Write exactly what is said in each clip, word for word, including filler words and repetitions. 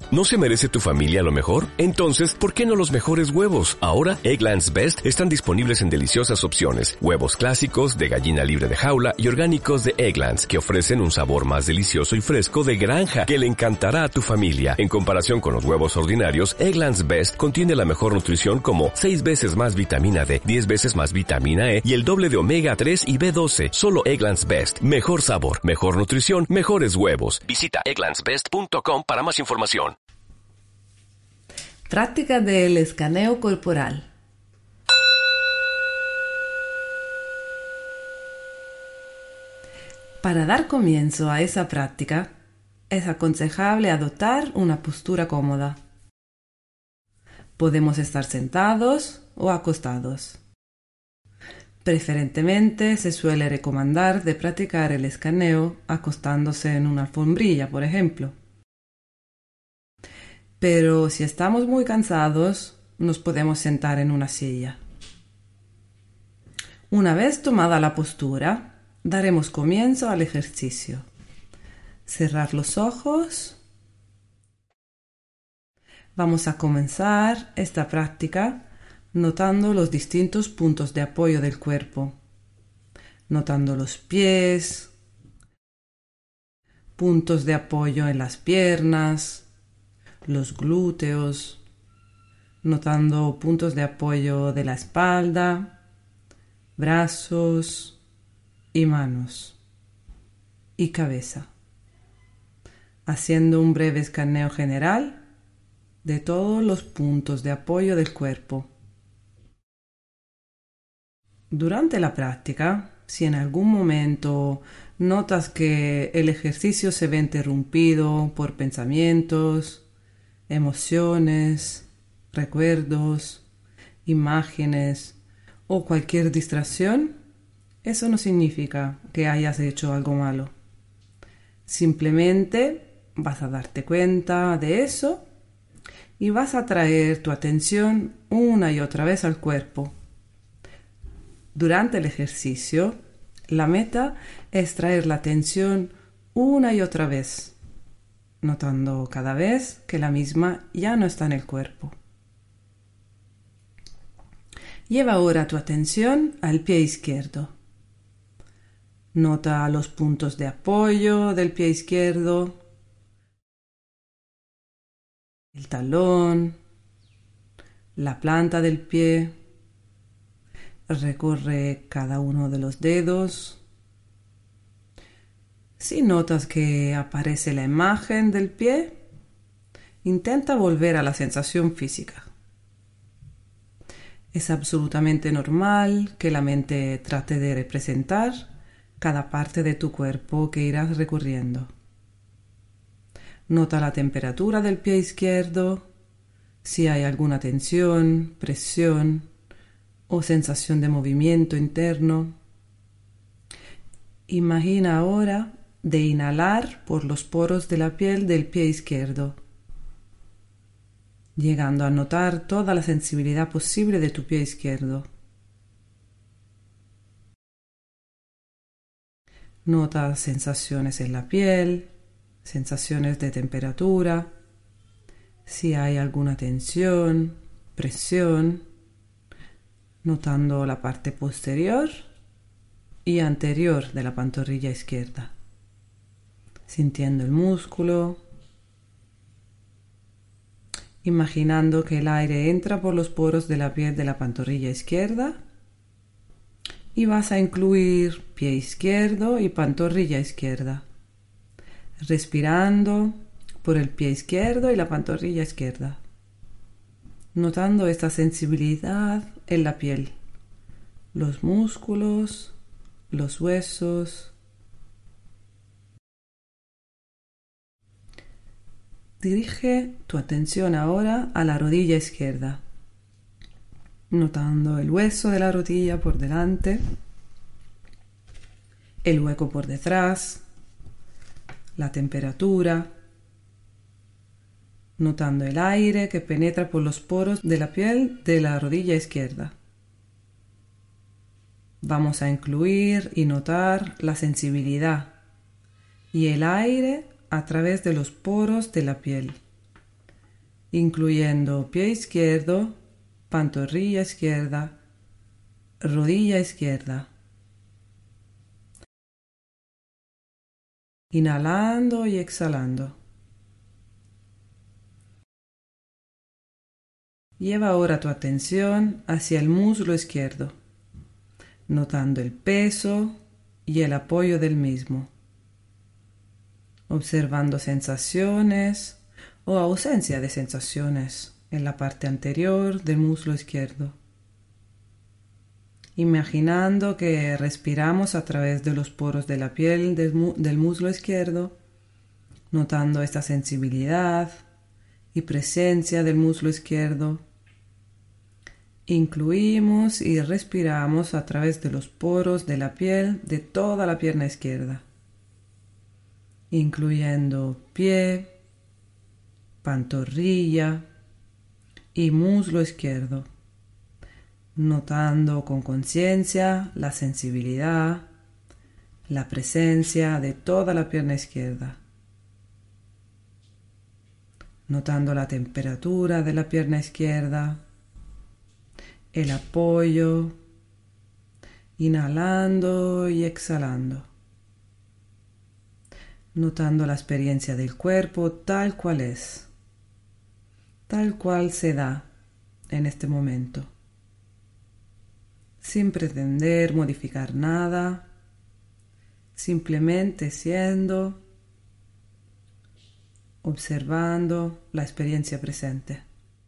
¿No se merece tu familia lo mejor? Entonces, ¿por qué no los mejores huevos? Ahora, Eggland's Best están disponibles en deliciosas opciones. Huevos clásicos, de gallina libre de jaula y orgánicos de Eggland's, que ofrecen un sabor más delicioso y fresco de granja que le encantará a tu familia. En comparación con los huevos ordinarios, Eggland's Best contiene la mejor nutrición como seis veces más vitamina D, diez veces más vitamina E y el doble de omega tres y B doce. Solo Eggland's Best. Mejor sabor, mejor nutrición, mejores huevos. Visita egglands best punto com para más información. Práctica del escaneo corporal. Para dar comienzo a esa práctica, es aconsejable adoptar una postura cómoda. Podemos estar sentados o acostados. Preferentemente se suele recomendar de practicar el escaneo acostándose en una alfombrilla, por ejemplo. Pero si estamos muy cansados, nos podemos sentar en una silla. Una vez tomada la postura, daremos comienzo al ejercicio. Cerrar los ojos. Vamos a comenzar esta práctica notando los distintos puntos de apoyo del cuerpo, notando los pies, puntos de apoyo en las piernas, los glúteos, notando puntos de apoyo de la espalda, brazos y manos y cabeza, haciendo un breve escaneo general de todos los puntos de apoyo del cuerpo. Durante la práctica, si en algún momento notas que el ejercicio se ve interrumpido por pensamientos, emociones, recuerdos, imágenes o cualquier distracción, eso no significa que hayas hecho algo malo. Simplemente vas a darte cuenta de eso y vas a traer tu atención una y otra vez al cuerpo. Durante el ejercicio, la meta es traer la atención una y otra vez, notando cada vez que la misma ya no está en el cuerpo. Lleva ahora tu atención al pie izquierdo. Nota los puntos de apoyo del pie izquierdo, el talón, la planta del pie. Recorre cada uno de los dedos. Si notas que aparece la imagen del pie, intenta volver a la sensación física. Es absolutamente normal que la mente trate de representar cada parte de tu cuerpo que irás recorriendo. Nota la temperatura del pie izquierdo, si hay alguna tensión, presión o sensación de movimiento interno. Imagina ahora de inhalar por los poros de la piel del pie izquierdo, llegando a notar toda la sensibilidad posible de tu pie izquierdo. Nota sensaciones en la piel, sensaciones de temperatura, si hay alguna tensión, presión, notando la parte posterior y anterior de la pantorrilla izquierda, sintiendo el músculo, imaginando que el aire entra por los poros de la piel de la pantorrilla izquierda y vas a incluir pie izquierdo y pantorrilla izquierda, respirando por el pie izquierdo y la pantorrilla izquierda, notando esta sensibilidad en la piel, los músculos, los huesos. Dirige tu atención ahora a la rodilla izquierda, notando el hueso de la rodilla por delante, el hueco por detrás, la temperatura, notando el aire que penetra por los poros de la piel de la rodilla izquierda. Vamos a incluir y notar la sensibilidad y el aire a través de los poros de la piel, incluyendo pie izquierdo, pantorrilla izquierda, rodilla izquierda. Inhalando y exhalando. Lleva ahora tu atención hacia el muslo izquierdo, notando el peso y el apoyo del mismo, observando sensaciones o ausencia de sensaciones en la parte anterior del muslo izquierdo. Imaginando que respiramos a través de los poros de la piel del, mu del muslo izquierdo, notando esta sensibilidad y presencia del muslo izquierdo. Incluimos y respiramos a través de los poros de la piel de toda la pierna izquierda, incluyendo pie, pantorrilla y muslo izquierdo, notando con conciencia la sensibilidad, la presencia de toda la pierna izquierda, notando la temperatura de la pierna izquierda, el apoyo, inhalando y exhalando, notando la experiencia del cuerpo tal cual es, tal cual se da en este momento, sin pretender modificar nada, simplemente siendo, observando la experiencia presente.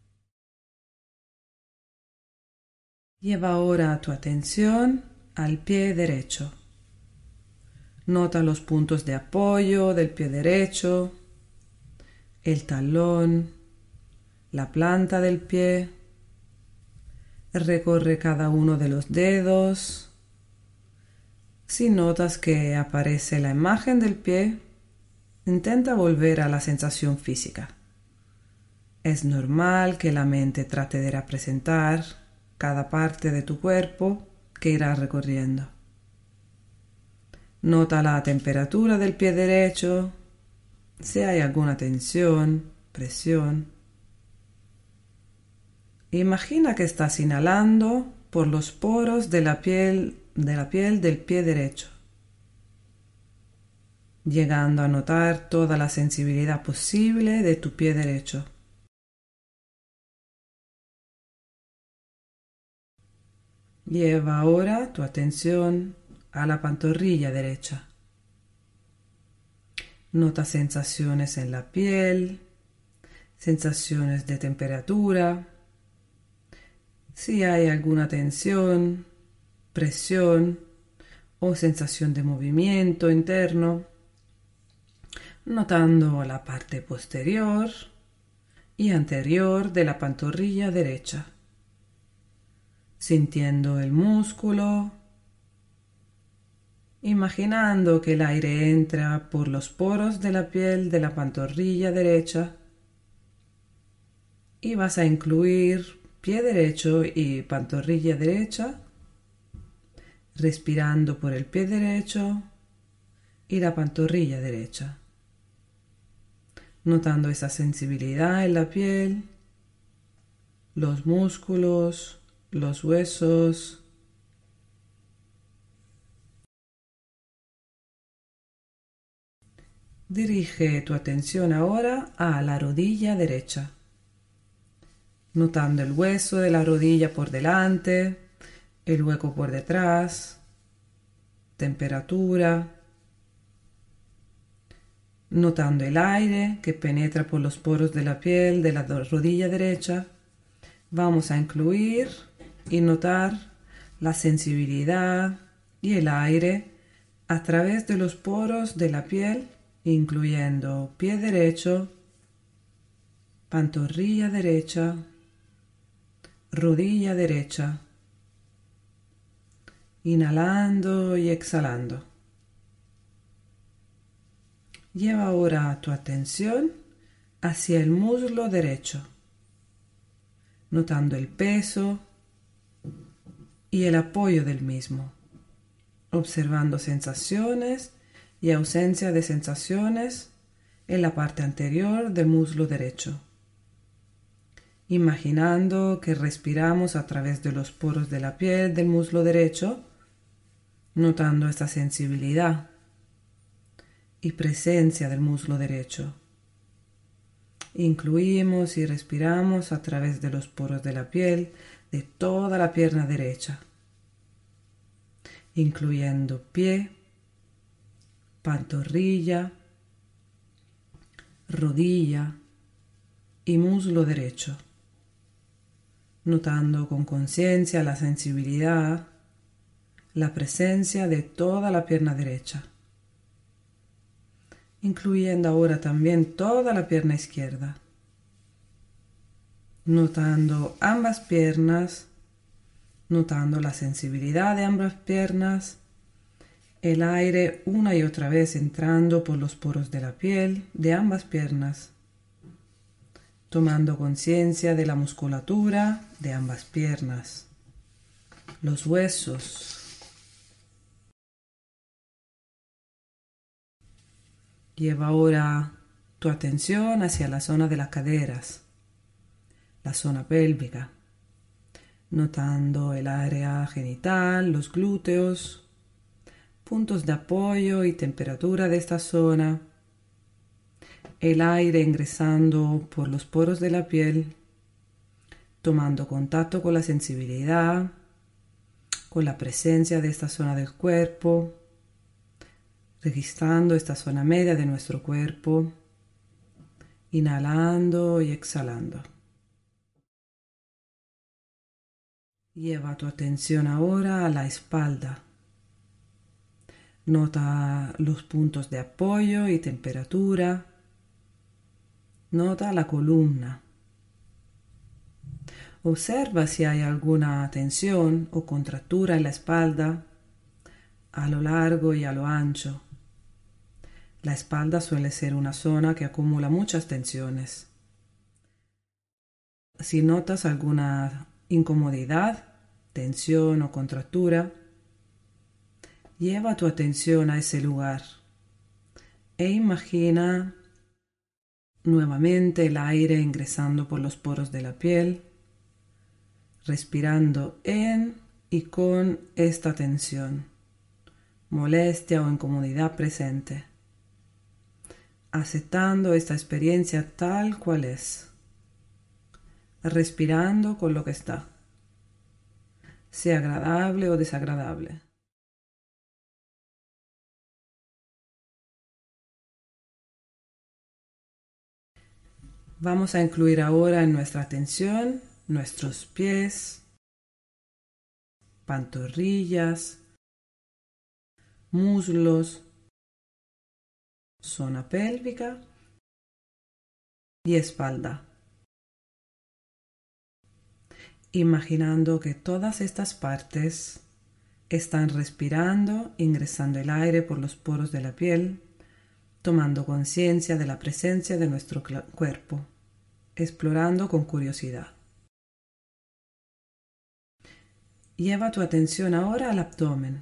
Lleva ahora tu atención al pie derecho. Nota los puntos de apoyo del pie derecho, el talón, la planta del pie. Recorre cada uno de los dedos. Si notas que aparece la imagen del pie, intenta volver a la sensación física. Es normal que la mente trate de representar cada parte de tu cuerpo que irás recorriendo. Nota la temperatura del pie derecho, si hay alguna tensión, presión. Imagina que estás inhalando por los poros de la piel, de la piel del pie derecho, llegando a notar toda la sensibilidad posible de tu pie derecho. Lleva ahora tu atención a la pantorrilla derecha. Nota sensaciones en la piel, sensaciones de temperatura, si hay alguna tensión, presión o sensación de movimiento interno, notando la parte posterior y anterior de la pantorrilla derecha, sintiendo el músculo, imaginando que el aire entra por los poros de la piel de la pantorrilla derecha y vas a incluir pie derecho y pantorrilla derecha, respirando por el pie derecho y la pantorrilla derecha, notando esa sensibilidad en la piel, los músculos, los huesos. Dirige tu atención ahora a la rodilla derecha, notando el hueso de la rodilla por delante, el hueco por detrás, temperatura, notando el aire que penetra por los poros de la piel de la rodilla derecha. Vamos a incluir y notar la sensibilidad y el aire a través de los poros de la piel, incluyendo pie derecho, pantorrilla derecha, rodilla derecha, inhalando y exhalando. Lleva ahora tu atención hacia el muslo derecho, notando el peso y el apoyo del mismo, observando sensaciones y ausencia de sensaciones en la parte anterior del muslo derecho. imaginando que respiramos a través de los poros de la piel del muslo derecho, notando esta sensibilidad y presencia del muslo derecho. Incluimos y respiramos a través de los poros de la piel de toda la pierna derecha, incluyendo pie, pantorrilla, rodilla y muslo derecho, notando con conciencia la sensibilidad, la presencia de toda la pierna derecha, incluyendo ahora también toda la pierna izquierda, notando ambas piernas, notando la sensibilidad de ambas piernas, el aire una y otra vez entrando por los poros de la piel de ambas piernas, tomando conciencia de la musculatura de ambas piernas, los huesos. Lleva ahora tu atención hacia la zona de las caderas, la zona pélvica, notando el área genital, los glúteos, puntos de apoyo y temperatura de esta zona, el aire ingresando por los poros de la piel, tomando contacto con la sensibilidad, con la presencia de esta zona del cuerpo, registrando esta zona media de nuestro cuerpo, inhalando y exhalando. Lleva tu atención ahora a la espalda. Nota los puntos de apoyo y temperatura. Nota la columna. Observa si hay alguna tensión o contractura en la espalda a lo largo y a lo ancho. La espalda suele ser una zona que acumula muchas tensiones. Si notas alguna incomodidad, tensión o contractura, lleva tu atención a ese lugar e imagina nuevamente el aire ingresando por los poros de la piel, respirando en y con esta tensión, molestia o incomodidad presente, aceptando esta experiencia tal cual es, respirando con lo que está, sea agradable o desagradable. Vamos a incluir ahora en nuestra atención nuestros pies, pantorrillas, muslos, zona pélvica y espalda. Imaginando que todas estas partes están respirando, ingresando el aire por los poros de la piel, tomando conciencia de la presencia de nuestro cuerpo, explorando con curiosidad. Lleva tu atención ahora al abdomen.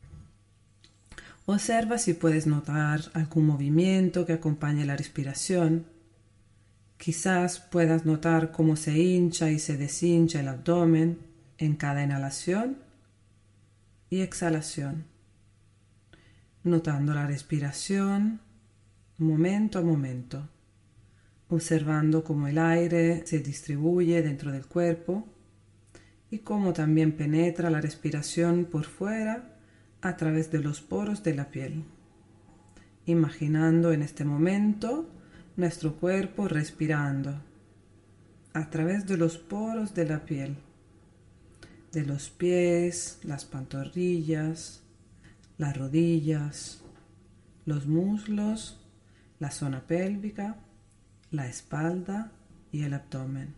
Observa si puedes notar algún movimiento que acompañe la respiración. Quizás puedas notar cómo se hincha y se deshincha el abdomen en cada inhalación y exhalación, notando la respiración momento a momento, observando cómo el aire se distribuye dentro del cuerpo y cómo también penetra la respiración por fuera a través de los poros de la piel, imaginando en este momento nuestro cuerpo respirando a través de los poros de la piel, de los pies, las pantorrillas, las rodillas, los muslos, la zona pélvica, la espalda y el abdomen.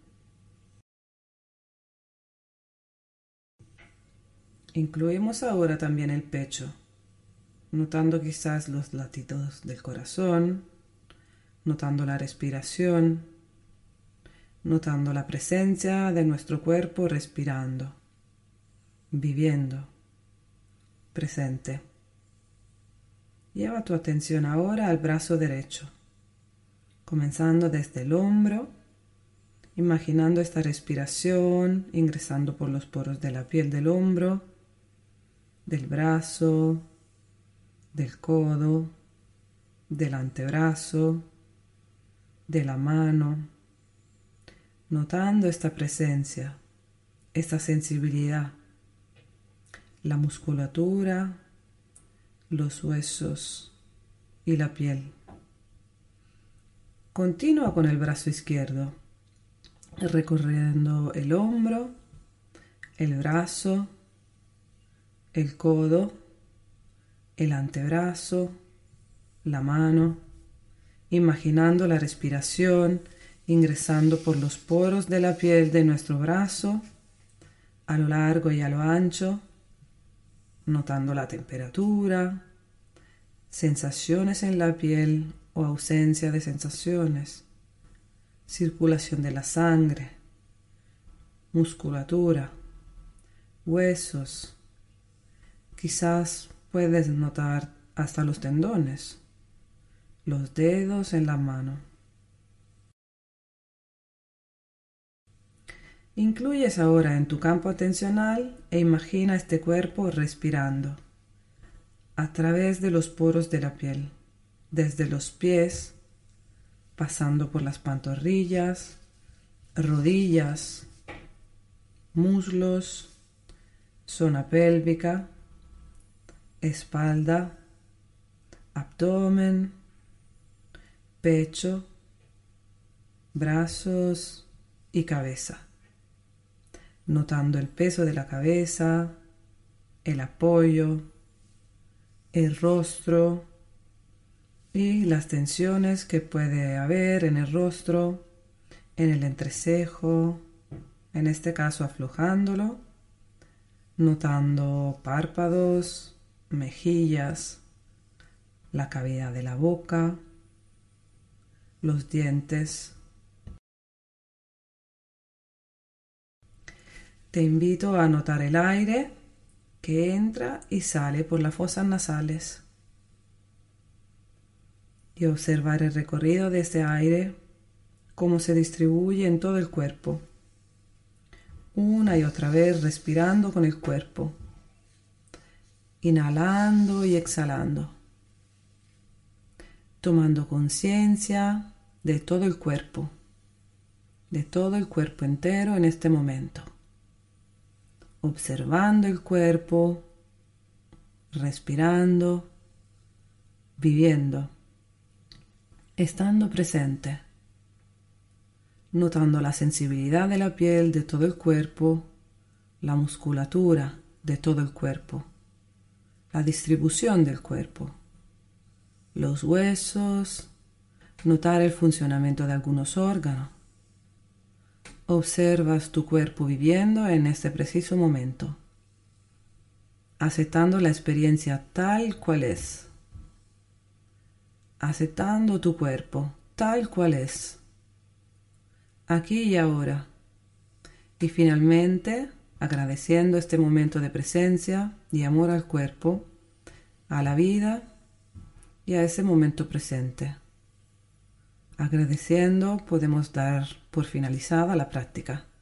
Incluimos ahora también el pecho, notando quizás los latidos del corazón, notando la respiración, notando la presencia de nuestro cuerpo respirando, viviendo, presente. Lleva tu atención ahora al brazo derecho, comenzando desde el hombro imaginando esta respiración ingresando por los poros de la piel del hombro, del brazo, del codo, del antebrazo, de la mano, notando esta presencia, esta sensibilidad, la musculatura, los huesos y la piel. Continúa con el brazo izquierdo, recorriendo el hombro, el brazo, el codo, el antebrazo, la mano, imaginando la respiración ingresando por los poros de la piel de nuestro brazo, a lo largo y a lo ancho, notando la temperatura, sensaciones en la piel o ausencia de sensaciones, circulación de la sangre, musculatura, huesos. Quizás puedes notar hasta los tendones, los dedos en la mano. Incluyes ahora en tu campo atencional e imagina este cuerpo respirando a través de los poros de la piel, desde los pies, pasando por las pantorrillas, rodillas, muslos, zona pélvica, espalda, abdomen, pecho, brazos y cabeza. Notando el peso de la cabeza, el apoyo, el rostro y las tensiones que puede haber en el rostro, en el entrecejo, en este caso aflojándolo, notando párpados, mejillas, la cavidad de la boca, los dientes. Te invito a notar el aire que entra y sale por las fosas nasales y observar el recorrido de este aire, cómo se distribuye en todo el cuerpo, una y otra vez respirando con el cuerpo, inhalando y exhalando, tomando conciencia de todo el cuerpo, de todo el cuerpo entero en este momento. Observando el cuerpo, respirando, viviendo, estando presente, notando la sensibilidad de la piel de todo el cuerpo, la musculatura de todo el cuerpo, la distribución del cuerpo, los huesos, notar el funcionamiento de algunos órganos. Observas tu cuerpo viviendo en este preciso momento, aceptando la experiencia tal cual es, aceptando tu cuerpo tal cual es, aquí y ahora, y finalmente agradeciendo este momento de presencia y amor al cuerpo, a la vida y a ese momento presente. Agradeciendo, podemos dar por finalizada la práctica.